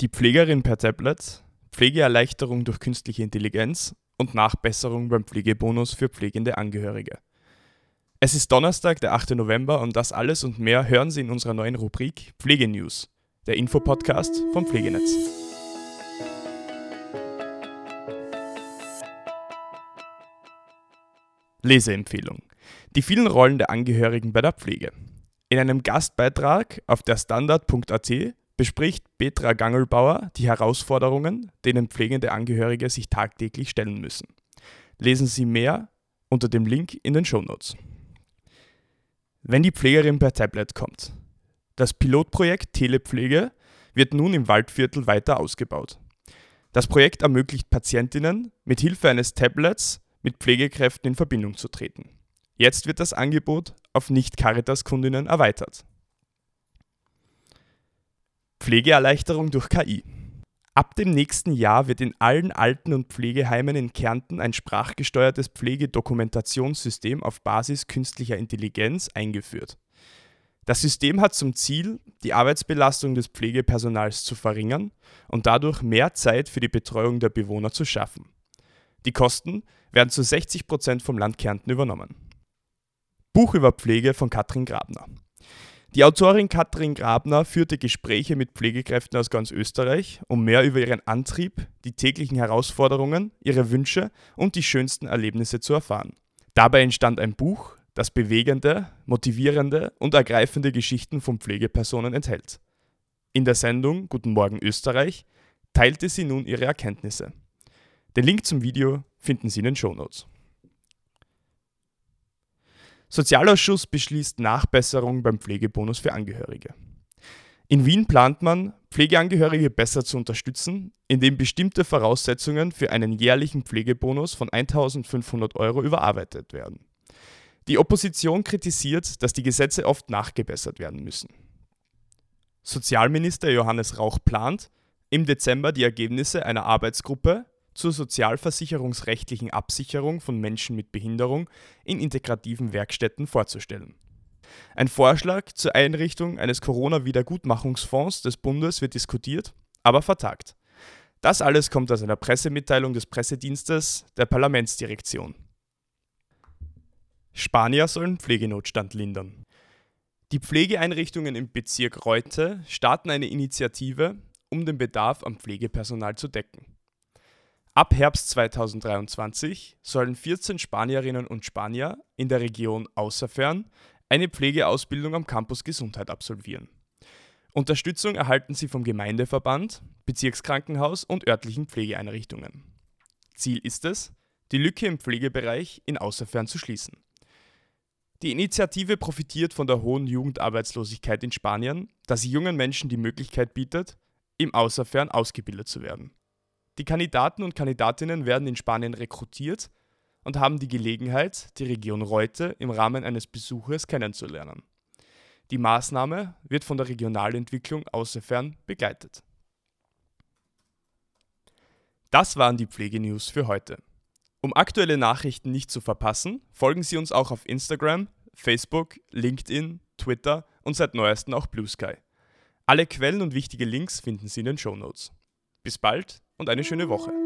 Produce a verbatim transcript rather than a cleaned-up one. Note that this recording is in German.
Die Pflegerin per Tablet, Pflegeerleichterung durch künstliche Intelligenz und Nachbesserung beim Pflegebonus für pflegende Angehörige. Es ist Donnerstag, der achte November, und das alles und mehr hören Sie in unserer neuen Rubrik Pflegenews, der Infopodcast vom Pflegenetz. Leseempfehlung: Die vielen Rollen der Angehörigen bei der Pflege. In einem Gastbeitrag auf der Standard punkt a t bespricht Petra Gangelbauer die Herausforderungen, denen pflegende Angehörige sich tagtäglich stellen müssen. Lesen Sie mehr unter dem Link in den Shownotes. Wenn die Pflegerin per Tablet kommt. Das Pilotprojekt Telepflege wird nun im Waldviertel weiter ausgebaut. Das Projekt ermöglicht Patientinnen, mit Hilfe eines Tablets mit Pflegekräften in Verbindung zu treten. Jetzt wird das Angebot auf Nicht-Caritas-Kundinnen erweitert. Pflegeerleichterung durch K I. Ab dem nächsten Jahr wird in allen Alten- und Pflegeheimen in Kärnten ein sprachgesteuertes Pflegedokumentationssystem auf Basis künstlicher Intelligenz eingeführt. Das System hat zum Ziel, die Arbeitsbelastung des Pflegepersonals zu verringern und dadurch mehr Zeit für die Betreuung der Bewohner zu schaffen. Die Kosten werden zu sechzig Prozent vom Land Kärnten übernommen. Buch über Pflege von Katrin Grabner. Die Autorin Katrin Grabner führte Gespräche mit Pflegekräften aus ganz Österreich, um mehr über ihren Antrieb, die täglichen Herausforderungen, ihre Wünsche und die schönsten Erlebnisse zu erfahren. Dabei entstand ein Buch, das bewegende, motivierende und ergreifende Geschichten von Pflegepersonen enthält. In der Sendung Guten Morgen Österreich teilte sie nun ihre Erkenntnisse. Den Link zum Video finden Sie in den Shownotes. Sozialausschuss beschließt Nachbesserung beim Pflegebonus für Angehörige. In Wien plant man, Pflegeangehörige besser zu unterstützen, indem bestimmte Voraussetzungen für einen jährlichen Pflegebonus von eintausendfünfhundert Euro überarbeitet werden. Die Opposition kritisiert, dass die Gesetze oft nachgebessert werden müssen. Sozialminister Johannes Rauch plant, im Dezember die Ergebnisse einer Arbeitsgruppe zur sozialversicherungsrechtlichen Absicherung von Menschen mit Behinderung in integrativen Werkstätten vorzustellen. Ein Vorschlag zur Einrichtung eines Corona-Wiedergutmachungsfonds des Bundes wird diskutiert, aber vertagt. Das alles kommt aus einer Pressemitteilung des Pressedienstes der Parlamentsdirektion. Spanier sollen Pflegenotstand lindern. Die Pflegeeinrichtungen im Bezirk Reute starten eine Initiative, um den Bedarf an Pflegepersonal zu decken. Ab Herbst zweitausenddreiundzwanzig sollen vierzehn Spanierinnen und Spanier in der Region Außerfern eine Pflegeausbildung am Campus Gesundheit absolvieren. Unterstützung erhalten sie vom Gemeindeverband, Bezirkskrankenhaus und örtlichen Pflegeeinrichtungen. Ziel ist es, die Lücke im Pflegebereich in Außerfern zu schließen. Die Initiative profitiert von der hohen Jugendarbeitslosigkeit in Spanien, da sie jungen Menschen die Möglichkeit bietet, im Außerfern ausgebildet zu werden. Die Kandidaten und Kandidatinnen werden in Spanien rekrutiert und haben die Gelegenheit, die Region Reute im Rahmen eines Besuches kennenzulernen. Die Maßnahme wird von der Regionalentwicklung Außerfern begleitet. Das waren die Pflegenews für heute. Um aktuelle Nachrichten nicht zu verpassen, folgen Sie uns auch auf Instagram, Facebook, LinkedIn, Twitter und seit neuestem auch Blue Sky. Alle Quellen und wichtige Links finden Sie in den Shownotes. Bis bald und eine schöne Woche.